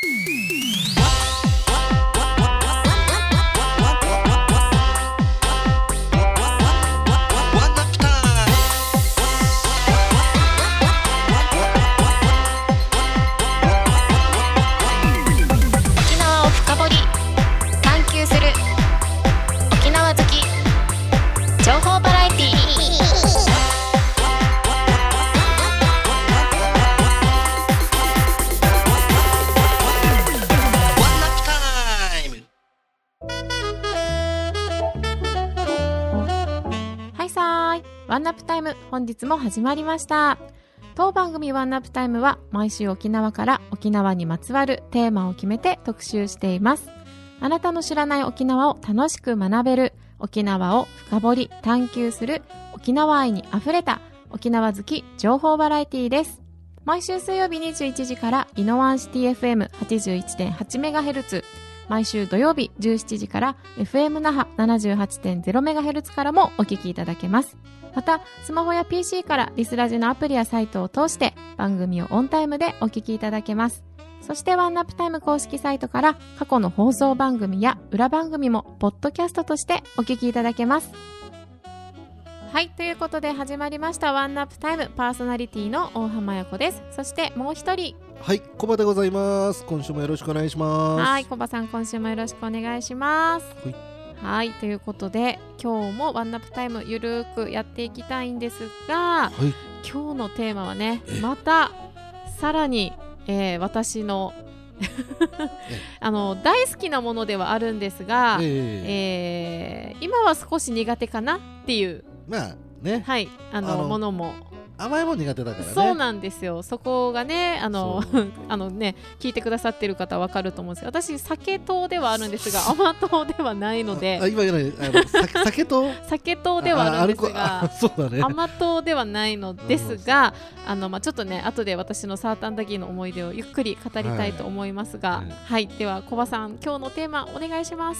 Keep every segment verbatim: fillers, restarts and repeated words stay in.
ワンナップタイム、本日も始まりました。当番組ワンナップタイムは毎週沖縄から沖縄にまつわるテーマを決めて特集しています。あなたの知らない沖縄を楽しく学べる、沖縄を深掘り探求する、沖縄愛にあふれた沖縄好き情報バラエティです。毎週水曜日にじゅういちじからイノワンシティ エフエムはちじゅういってんはちメガヘルツ、毎週土曜日じゅうしちじから エフエム 那覇 ななじゅうはちてんゼロメガヘルツ からもお聞きいただけます。またスマホや ピーシー からリスラジのアプリやサイトを通して番組をオンタイムでお聞きいただけます。そしてワンナップタイム公式サイトから過去の放送番組や裏番組もポッドキャストとしてお聞きいただけます。はい、ということで始まりましたワンナップタイム、パーソナリティの大浜彩子です。そしてもう一人、 はい、コバでございます。今週もよろしくお願いします。 はい、コバさん今週もよろしくお願いします。はい、はい、ということで今日もワンナップタイムゆるくやっていきたいんですが、はい、今日のテーマはね、またさらに、えー、私のあの大好きなものではあるんですが、えーえー、今は少し苦手かなっていうまあね、 はい、あの、あのものも甘いもん苦手だからね。 そうなんですよ。そこがね、あのあのね、聞いてくださってる方は分かると思うんですけど、私酒糖ではあるんですが甘党ではないので、 あ今言うの酒糖酒糖ではあるんですが、 そうだね、 甘党ではないのですが、あのまあちょっとね後で私のサーターアンダギーの思い出をゆっくり語りたいと思いますが、はい、はい、ではコバさん今日のテーマお願いします。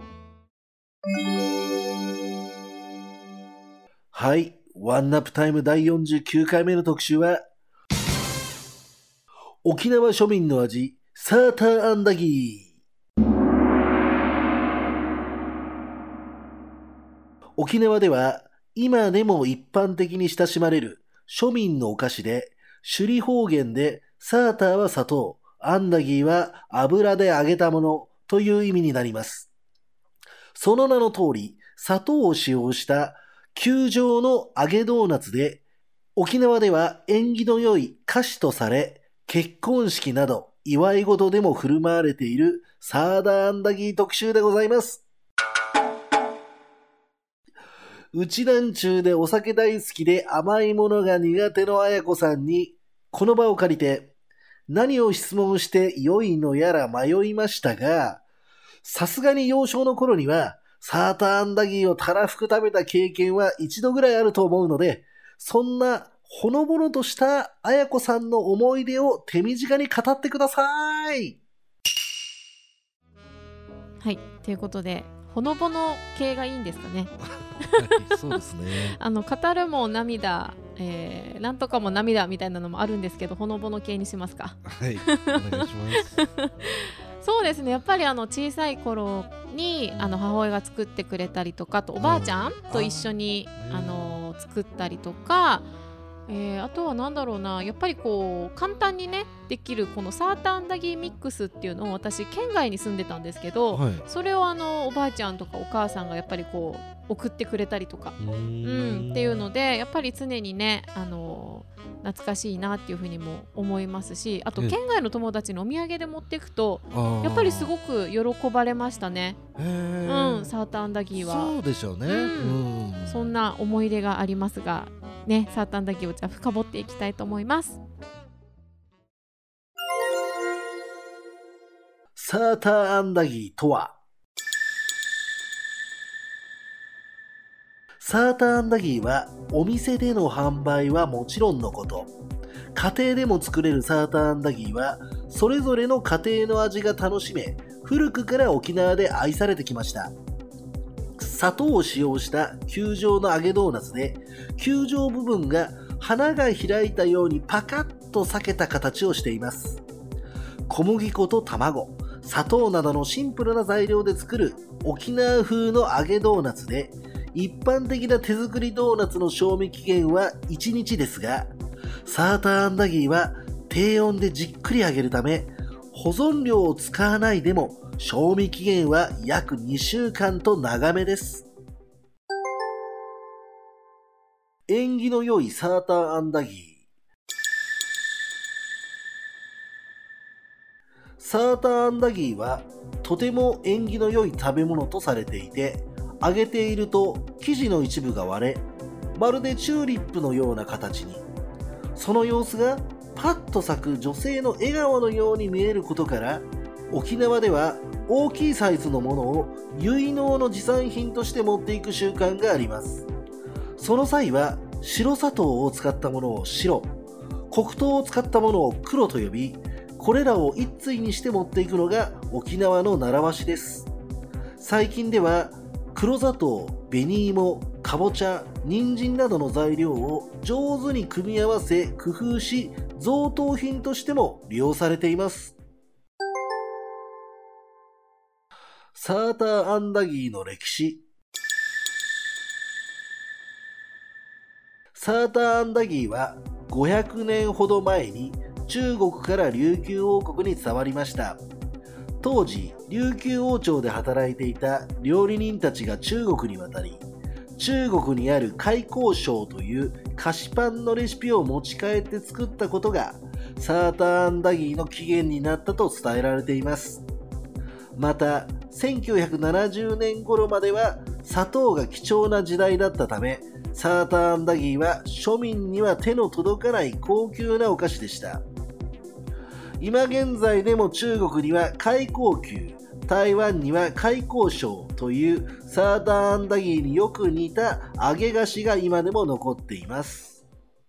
はい、ワンナップタイムだいよんじゅうきゅうかいめの特集は沖縄庶民の味サーターアンダギー。沖縄では今でも一般的に親しまれる庶民のお菓子で、首里方言でサーターは砂糖、アンダギーは油で揚げたものという意味になります。その名の通り砂糖を使用した球状の揚げドーナツで、沖縄では縁起の良い菓子とされ、結婚式など祝い事でも振る舞われているサーターアンダギー特集でございます。うちなんちゅうでお酒大好きで甘いものが苦手の彩子さんに、この場を借りて何を質問して良いのやら迷いましたが、さすがに幼少の頃にはサーターアンダギーをたらふく食べた経験は一度ぐらいあると思うので、そんなほのぼのとした彩子さんの思い出を手短に語ってください。 はい、ということでほのぼの系がいいんですかね。 そうですね。 あの語るも涙、えー、なんとかも涙みたいなのもあるんですけど、ほのぼの系にしますか。 はい、お願いします。 そうですね、やっぱりあの小さい頃にあの母親が作ってくれたりとか、あとおばあちゃんと一緒にあの作ったりとか、えー、あとはなんだろうな、やっぱりこう簡単にねできるこのサーターアンダギーミックスっていうのを、私県外に住んでたんですけど、はい、それをあのおばあちゃんとかお母さんがやっぱりこう送ってくれたりとか、うん、っていうので、やっぱり常にねあの懐かしいなっていうふうにも思いますし、あと県外の友達のお土産で持っていくとやっぱりすごく喜ばれましたね。うん、サーターアンダギーはそうでしょうね、うんうん、そんな思い出がありますがね、サーターアンダギーをじゃあ深掘っていきたいと思います。 サーターアンダギーとは、サーターアンダギーはお店での販売はもちろんのこと、家庭でも作れるサーターアンダギーはそれぞれの家庭の味が楽しめ、古くから沖縄で愛されてきました。砂糖を使用した球状の揚げドーナツで、球状部分が花が開いたようにパカッと裂けた形をしています。 小麦粉と卵、砂糖などのシンプルな材料で作る沖縄風の揚げドーナツで、一般的な手作りドーナツの賞味期限はいちにちですが、サーターアンダギーは低温でじっくり揚げるため、保存料を使わないでも賞味期限は約にしゅうかんと長めです。縁起の良いサーターアンダギー。サーターアンダギーはとても縁起の良い食べ物とされていて、揚げていると生地の一部が割れ、まるでチューリップのような形に。その様子がパッと咲く女性の笑顔のように見えることから、沖縄では大きいサイズのものを結納の持参品として持っていく習慣があります。その際は白砂糖を使ったものを白、黒糖を使ったものを黒と呼び、これらを一対にして持っていくのが沖縄の習わしです。最近では黒砂糖、紅芋、かぼちゃ、人参などの材料を上手に組み合わせ工夫し、贈答品としても利用されています。サーターアンダギーの歴史。サーターアンダギーはごひゃくねんほど前に中国から琉球王国に伝わりました。当時、琉球王朝で働いていた料理人たちが中国に渡り、中国にある開口省という菓子パンのレシピを持ち帰って作ったことがサーターアンダギーの起源になったと伝えられています。また、せんきゅうひゃくななじゅうねん頃までは砂糖が貴重な時代だったため、サーターアンダギーは庶民には手の届かない高級なお菓子でした。今現在でも中国には開口級、台湾には開口省というサーターアンダギーによく似た揚げ菓子が今でも残っています。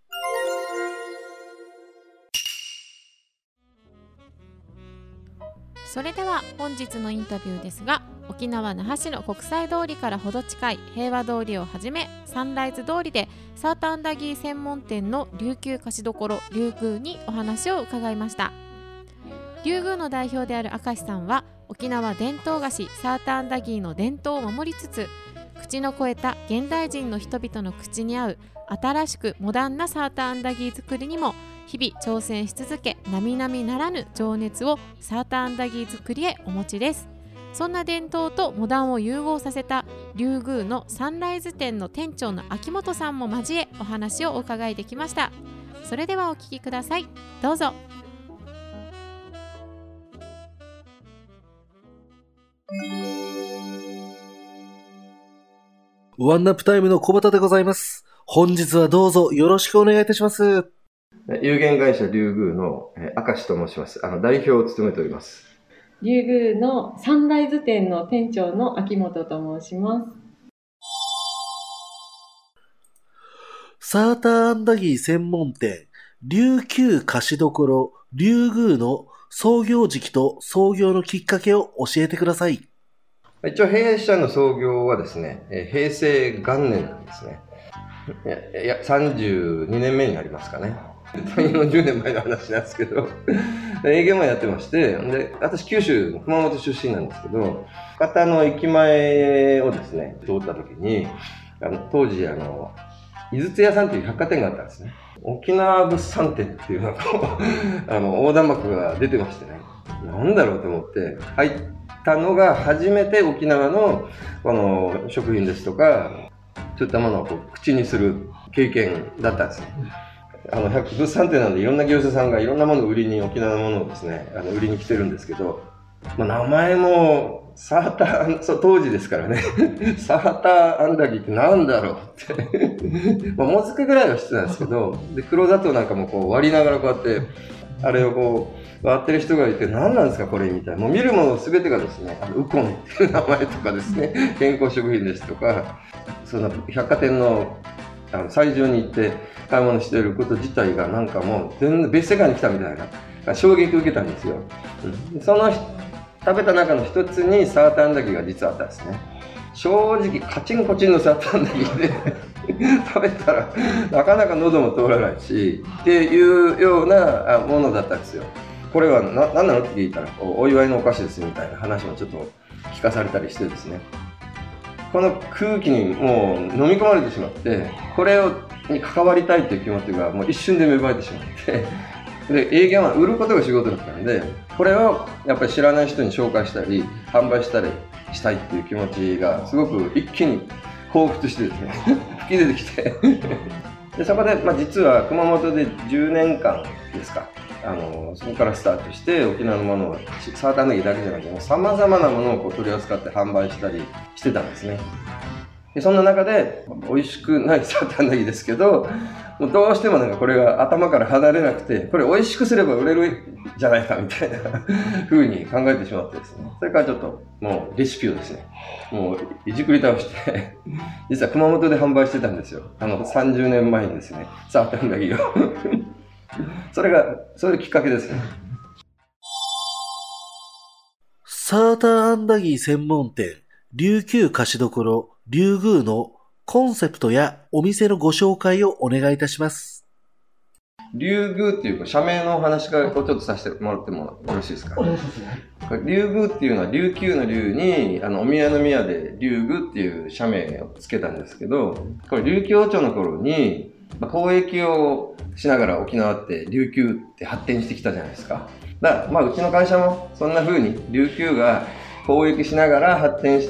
それでは本日のインタビューですが、沖縄那覇市の国際通りからほど近い平和通りをはじめ、サンライズ通りでサーターアンダギー専門店の琉球菓子どころ琉宮にお話を伺いました。琉宮の代表である明石さんは、沖縄伝統菓子サーターアンダギーの伝統を守りつつ、口の肥えた現代人の人々の口に合う新しくモダンなサーターアンダギー作りにも日々挑戦し続け、並々ならぬ情熱をサーターアンダギー作りへお持ちです。そんな伝統とモダンを融合させた琉宮のサンライズ店の店長の秋元さんも交えお話をお伺いできました。それではお聞きください。どうぞ。 ワンナップタイムの小畑でございます。本日はどうぞよろしくお願いいたします。 有限会社琉宮の明石と申します。あの代表を務めております。 琉宮のサンライズ店の店長の秋元と申します。 サーターアンダギー専門店琉球菓子どころ琉宮の創業時期と創業のきっかけを教えてください。 一応弊社の創業はですね、平成元年なんですね。いや、さんじゅうにねんめになりますかね。よんじゅうねんまえの話なんですけど、営業もやってまして、で、私九州、熊本出身なんですけど、博多の駅前をですね、通った時に、あの当時、あの、井筒屋さんという百貨店があったんですね。沖縄物産展っていうのと、あの、横断幕が出てましてね、なんだろうと思って入ったのが初めて沖縄の、あの、食品ですとか、そういったものをこう口にする経験だったんですね。あの、物産展なんでいろんな業者さんがいろんなものを売りに、沖縄のものをですね、あの売りに来てるんですけど、まあ、名前もサーター、そう当時ですからね、サーターアンダギーってなんだろうってまあ、もずくぐらいは知ってたんですけど、で黒砂糖なんかもこう割りながらこうやってあれをこう割ってる人がいて、何なんですかこれみたいな、もう見るもの全てがですね、あのウコンっていう名前とかですね、健康食品ですとか、その百貨店のあの最上に行って買い物していること自体がなんかもう全然別世界に来たみたいな衝撃を受けたんですよ。うん、その食べた中の一つにサーターアンダギーが実はあったんですね。正直カチンコチンのサーターアンダギーで食べたらなかなか喉も通らないしっていうようなものだったんですよ。 これはな何なのって聞いたら、お、お祝いのお菓子ですみたいな話もちょっと聞かされたりしてですね、この空気にもう飲み込まれてしまって、これをに関わりたいという気持ちがもう一瞬で芽生えてしまってで、営業は売ることが仕事だったので、これをやっぱり知らない人に紹介したり販売したりしたいっていう気持ちがすごく一気に彷彿してですね吹き出てきてで、そこで、まあ、実は熊本でじゅうねんかんですか、あのそこからスタートして沖縄のものをサーターアンダギーだけじゃなくてさまざまなものをこう取り扱って販売したりしてたんですね。でそんな中で美味しくないサーターアンダギーですけど、もうどうしてもなんかこれが頭から離れなくて、これ美味しくすれば売れるじゃないかみたいな風に考えてしまってですね、それからちょっともうレシピをですね、もういじくり倒して実は熊本で販売してたんですよ。あのさんじゅうねんまえにですね、サーターアンダギーをそれがそういうきっかけですね。 サーターアンダギー専門店琉球菓子どころ龍宮のコンセプトやお店のご紹介をお願いいたします。 龍宮っていう社名のお話をちょっとさせてもらってもよろしいですか。龍宮っていうのは琉球の龍にあのお宮の宮で龍宮っていう社名をつけたんですけど、これ琉球王朝の頃に交易をしながら沖縄って琉球って発展してきたじゃないですか。だからまあうちの会社もそんな風に琉球が交易しながら発展して、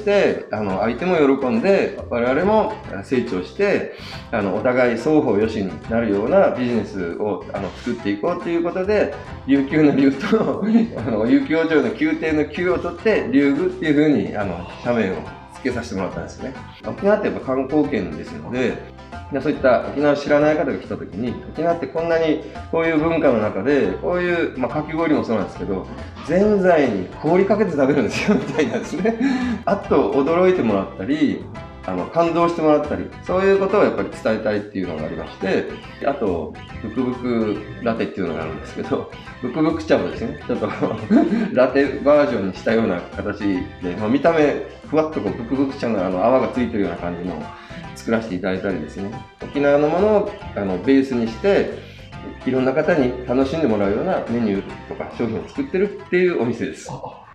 あの相手も喜んで我々も成長して、あのお互い双方よしになるようなビジネスをあの作っていこうということで、琉球の竜とあの琉球王朝の宮廷の宮を取って龍宮っていう風にあの社名を付けさせてもらったんですね。沖縄ってやっぱ観光県ですので、そういった沖縄を知らない方が来た時に、沖縄ってこんなにこういう文化の中でこういう、まあ、かき氷もそうなんですけど、ぜんざいに氷かけて食べるんですよみたいなですねあと驚いてもらったり、あの感動してもらったり、そういうことをやっぱり伝えたいっていうのがありまして、あとブクブクラテっていうのがあるんですけど、ブクブク茶をですねちょっとラテバージョンにしたような形で、まあ、見た目ふわっとこうブクブク茶のあの泡がついてるような感じの作らせていただいたりですね、沖縄のものをあのベースにしていろんな方に楽しんでもらうようなメニューとか商品を作ってるっていうお店です。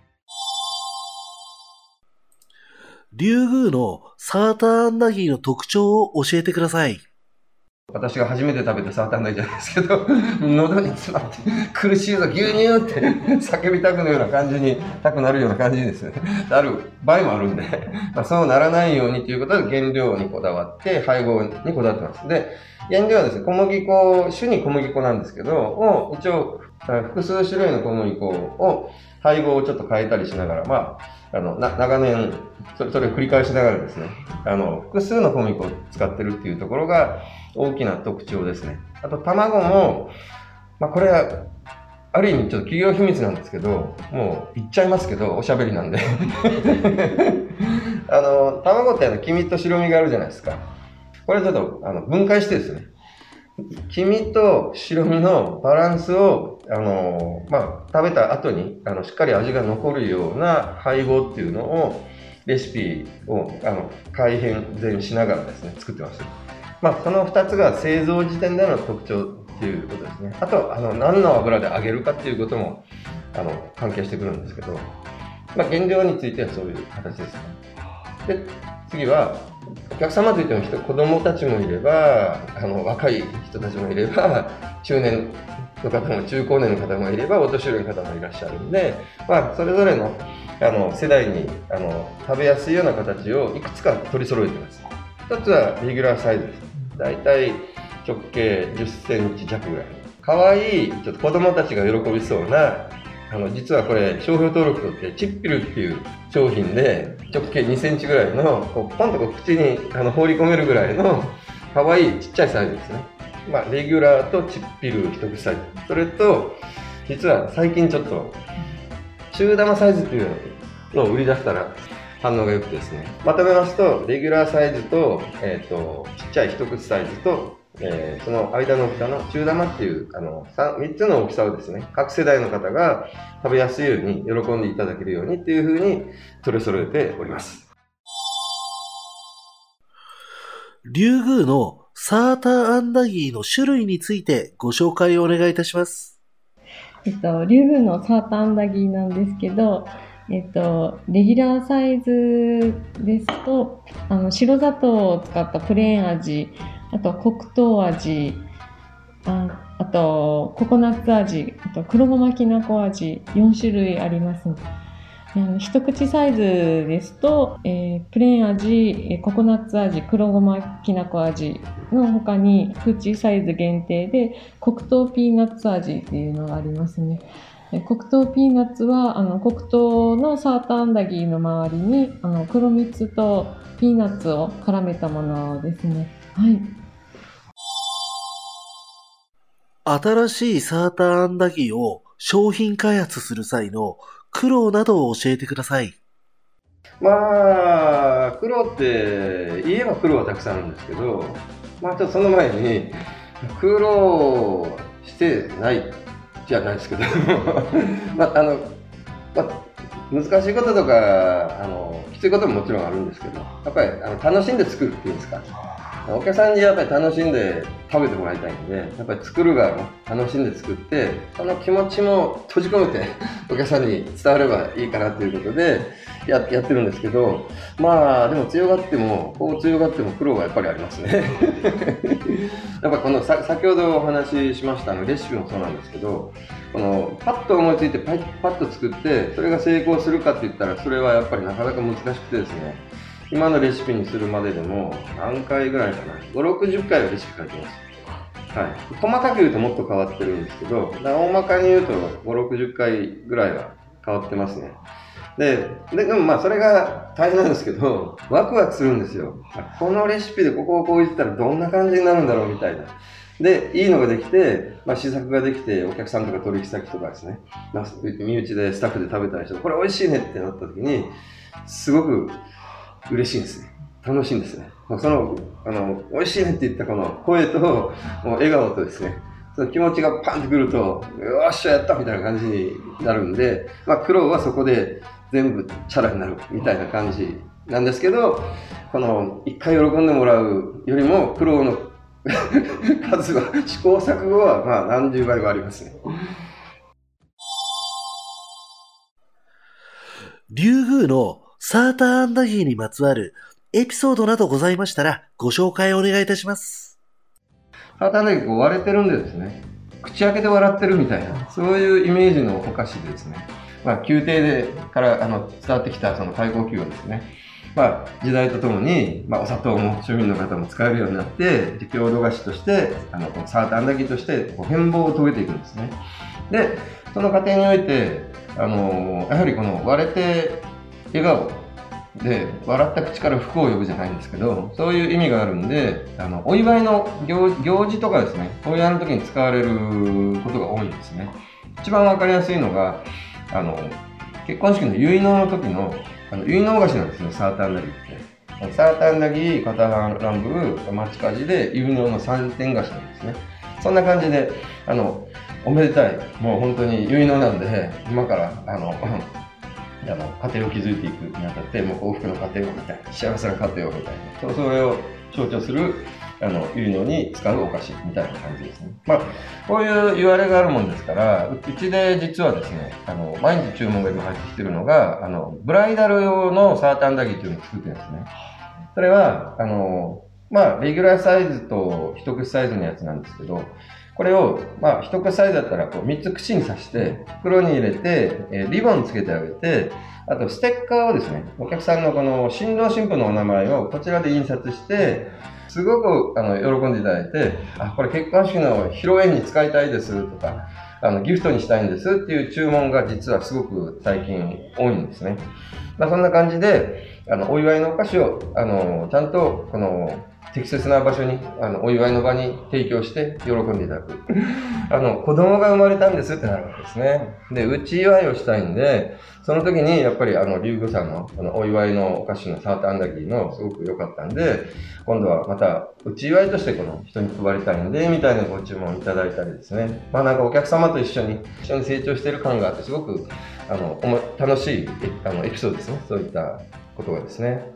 龍宮のサーターアンダギーの特徴を教えてください。 私が初めて食べたサーターアンダギーじゃないですけど、喉に詰まって苦しいぞ牛乳って叫びたくなるような感じにたくなるような感じですね。ある場合もあるんで、まあ、そうならないようにということで原料にこだわって配合にこだわってます。で、原料はですね、小麦粉、主に小麦粉なんですけど、を一応複数種類の小麦粉を配合をちょっと変えたりしながら、まあ、あのな長年それ、それを繰り返しながらですね、あの複数の小麦粉を使ってるっていうところが大きな特徴ですね。あと卵も、まあ、これはある意味ちょっと企業秘密なんですけど、もう言っちゃいますけどおしゃべりなんであの卵ってあの黄身と白身があるじゃないですか。これちょっとあの分解してですね、黄身と白身のバランスをあの、まあ、食べた後にあのしっかり味が残るような配合っていうのをレシピをあの改変前しながらですね作ってます。まあ、そのふたつが製造時点での特徴っていうことですね。あとあの何の油で揚げるかっていうこともあの関係してくるんですけど、まあ、原料についてはそういう形ですね。で、次はお客様といっても人子供たちもいれば、あの若い人たちもいれば、中年の方も中高年の方もいれば、お年寄りの方もいらっしゃるんで、まあ、それぞれのあの世代にあの食べやすいような形をいくつか取り揃えています。一つはレギュラーサイズです。だいたい直径じゅっセンチ弱ぐらい。かわいい、ちょっと子供たちが喜びそうな、あの実はこれ商標登録取ってチッピルっていう商品で直径にセンチぐらいのこうポンとこう口にあの放り込めるぐらいのかわいいちっちゃいサイズですね。まあレギュラーとチッピル一口サイズ、それと実は最近ちょっと中玉サイズっていうのを売り出したら反応が良くてですね、まとめますとレギュラーサイズと、えーとちっちゃい一口サイズとえー、その間の大きさの中玉っていうあの 3, 3つの大きさをですね、各世代の方が食べやすいように喜んでいただけるようにっていうふうに取り揃えております。 龍宮のサーターアンダギーの種類についてご紹介をお願いいたします。 えっと、リュウグウのサーターアンダギーなんですけど、えっと、レギュラーサイズですと、あの白砂糖を使ったプレーン味、あと黒糖味、あ、あとココナッツ味、あと黒ごまきなこ味、よん種類あります。あの一口サイズですと、えープレーン味、えーココナッツ味、黒ごまきなこ味の他に口サイズ限定で黒糖ピーナッツ味っていうのがありますね。で黒糖ピーナッツはあの黒糖のサーターアンダギーの周りにあの黒蜜とピーナッツを絡めたものですね。はい。 新しいサーターアンダギーを商品開発する際の苦労などを教えてください。 まあ苦労って言えば苦労はたくさんあるんですけど、まあちょっとその前に苦労してないじゃないですけどまああの、まあ、難しいこととかあのきついことももちろんあるんですけど、やっぱりあの楽しんで作るっていうんですか、お客さんにやっぱり楽しんで食べてもらいたいんで、やっぱり作る側も楽しんで作って、その気持ちも閉じ込めてお客さんに伝わればいいかなということでや, やってるんですけど、まあでも強がってもこう強がっても苦労がやっぱりありますねやっぱこのさ先ほどお話ししましたあのレシピもそうなんですけど、このパッと思いついてパッパッと作ってそれが成功するかって言ったらそれはやっぱりなかなか難しくてですね、今のレシピにするまででも何回ぐらいかな、ご、ろくじゅっかいはレシピ書いてます。はい。細かく言うともっと変わってるんですけど、大まかに言うとご、ろくじゅっかいぐらいは変わってますね。で、で、でもまあそれが大変なんですけど、ワクワクするんですよ。このレシピでここをこう言ったらどんな感じになるんだろうみたいな。で、いいのができて、まあ、試作ができて、お客さんとか取引先とかですね、まあ、身内でスタッフで食べたりして、これ美味しいねってなった時に、すごく嬉しいんですね。楽しいんですね。その、あの、美味しいねって言ったこの声と、もう笑顔とですね、その気持ちがパンってくると、よっしゃやったみたいな感じになるんで、まあ苦労はそこで全部チャラになるみたいな感じなんですけど、この一回喜んでもらうよりも苦労の数は、試行錯誤はまあ何十倍もありますね。 リュウグウのサーターアンダギーにまつわるエピソードなどございましたらご紹介をお願いいたします。 サーターアンダギーこう割れてるんでですね、口開けて笑ってるみたいな、そういうイメージのお菓子でですね、まあ宮廷でからあの伝わってきたその太閤球をですね、まあ時代とともに、まあ、お砂糖も庶民の方も使えるようになって、郷土菓子として、あのこのサーターアンダギーとしてこう変貌を遂げていくんですね。で、その過程において、あのやはりこの割れて笑顔で笑った口から福を呼ぶじゃないんですけど、そういう意味があるんで、あのお祝いの 行, 行事とかですね、お祝いの時に使われることが多いんですね。一番わかりやすいのが、あの結婚式の結納の時のあの結納菓子なんですね、サーターアンダギーって。サーターアンダギー、カタハンランブル、マチカジで結納のさんてん菓子なんですね。そんな感じで、あのおめでたい、もう本当に結納なんで、今からあのあの家庭を築いていくにあたって、もう幸福の家庭をみたいな、幸せな家庭をみたいな、それを象徴するあの結納に使うお菓子みたいな感じですね。まあ、こういう言われがあるもんですから、うちで実はですね、あの毎日注文が今入ってきてるのが、あのブライダル用のサーターアンダギーというのを作ってるんですね。それはあの、まあ、レギュラーサイズと一口サイズのやつなんですけど、これを、まあ、一口サイズだったらこうみっつ口に刺して、袋に入れて、えー、リボンつけてあげて、あとステッカーをですね、お客さんのこの新郎新婦のお名前をこちらで印刷して、すごくあの喜んでいただいて、あ、これ結婚式の披露宴に使いたいですとか、あのギフトにしたいんですっていう注文が実はすごく最近多いんですね。まあ、そんな感じで、あのお祝いのお菓子をあのちゃんとこの適切な場所に、あのお祝いの場に提供して喜んでいただく。あの子供が生まれたんですってなるわけですね。で、うち祝いをしたいんで、その時にやっぱりあのリュウグウさんのこのお祝いのお菓子のサーターアンダギーのすごく良かったんで、今度はまたうち祝いとしてこの人に配りたいんでみたいなご注文いただいたりですね。まあなんかお客様と一緒に一緒に成長している感があって、すごくあの楽しいあのエピソードですね。そういったことがですね。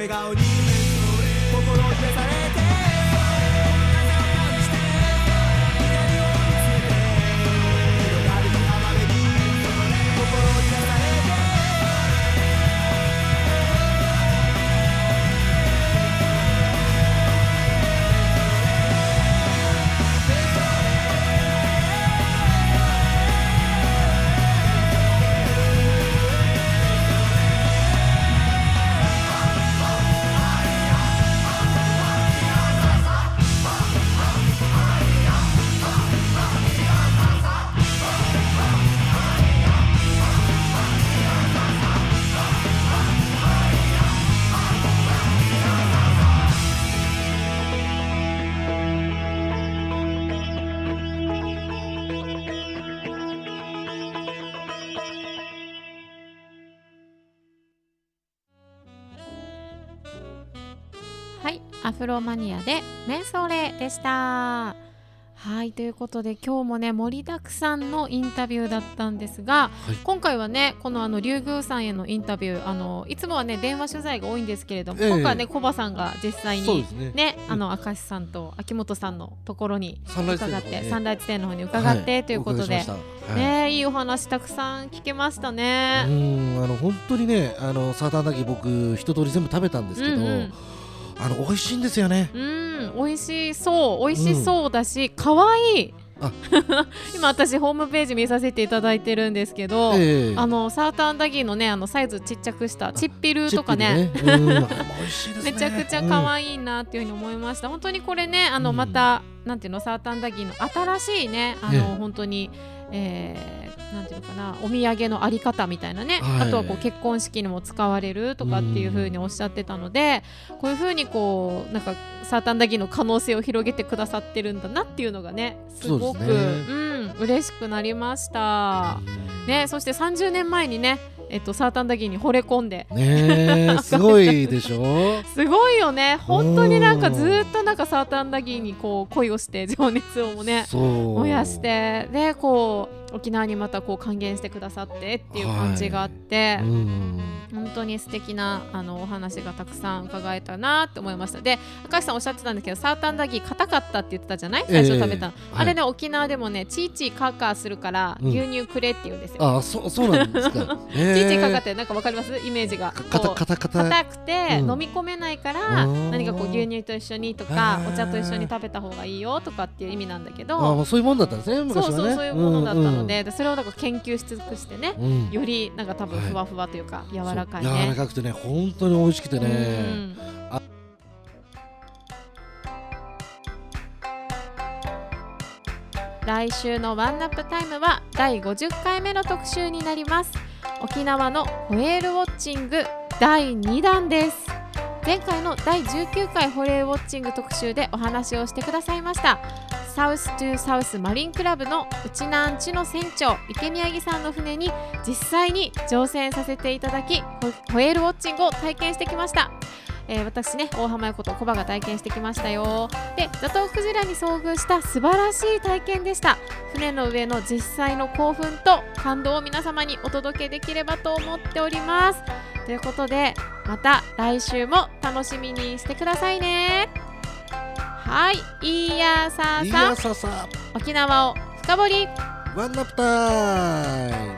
笑顔に心を癒されて風を感じて光を見つめて広がる浜辺に心を癒されてはい、アフロマニアでメンソーレでした。はい、ということで今日もね盛りだくさんのインタビューだったんですが、はい、今回はねこのあの龍宮さんへのインタビュー、あのいつもはね電話取材が多いんですけれども、えー、今回はねコバさんが実際に ね, ねあの明石さんと秋元さんのところに伺ってサンライズ店の方に伺って、はい、ということで、はいね、いいお話たくさん聞けましたね。 うん、あの本当にねあのサーターアンダギー僕一通り全部食べたんですけど、うんうん、あの美味しいんですよね。 うん、美味しそう美味しそうだし、うん、かわいい。あ今私ホームページ見させていただいてるんですけど、えー、あのサーターアンダギーのねあのサイズちっちゃくしたチッピルとか ね, ね、うん、あれも美味しいですね。めちゃくちゃ可愛いなっていうふうに思いました、うん、本当にこれねあのまた、うん、なんていうのサーターアンダギーの新しいねあの、えー、本当にえー、なんていうのかなお土産のあり方みたいなね、はい、あとはこう結婚式にも使われるとかっていう風におっしゃってたので、こういう風にこうなんかサーターアンダギーの可能性を広げてくださってるんだなっていうのがねすごくう、ね、うん嬉しくなりましたね。そしてさんじゅうねんまえにねえっと、サーターアンダギーに惚れ込んでねすごいでしょすごいよね本当になんかずっとなんかサーターアンダギーにこう恋をして情熱をもね燃やしてでこう沖縄にまたこう還元してくださってっていう感じがあって、はい、うん本当に素敵なあのお話がたくさん伺えたなって思いました。で明石さんおっしゃってたんですけどサーターアンダギー硬かったって言ってたじゃない最初食べたの、えー、あれね、はい、沖縄でもねチーチーカーカーするから牛乳くれって言うんですよ、うん、 あそ, そうなんですか、 えー、チーチーカーカーってなんかわかりますイメージが硬くて、うん、飲み込めないから何かこう牛乳と一緒にとかお茶と一緒に食べた方がいいよとかっていう意味なんだけど、 あそういうもんだったんですね昔はね。 そうそうそういうものだったので、うんうん、それをなんか研究し尽くしてね、うん、よりなんか多分ふわふわというか、はい、柔らかいね柔らかくてね本当に美味しくてね、うんあ来週のワンナップタイムはだいごじゅっかいめの特集になります。沖縄のホエールウォッチングだいにだんです。前回のだいじゅうきゅうかいホエールウォッチング特集でお話をしてくださいましたサウストゥサウスマリンクラブのうちなんちの船長池宮城さんの船に実際に乗船させていただきホエールウォッチングを体験してきました。えー、私ね大浜横とコバが体験してきましたよ。でザトウクジラに遭遇した素晴らしい体験でした。船の上の実際の興奮と感動を皆様にお届けできればと思っております。ということでまた来週も楽しみにしてくださいね。はい、いいやささいいやささ沖縄を深掘りワンナップタイム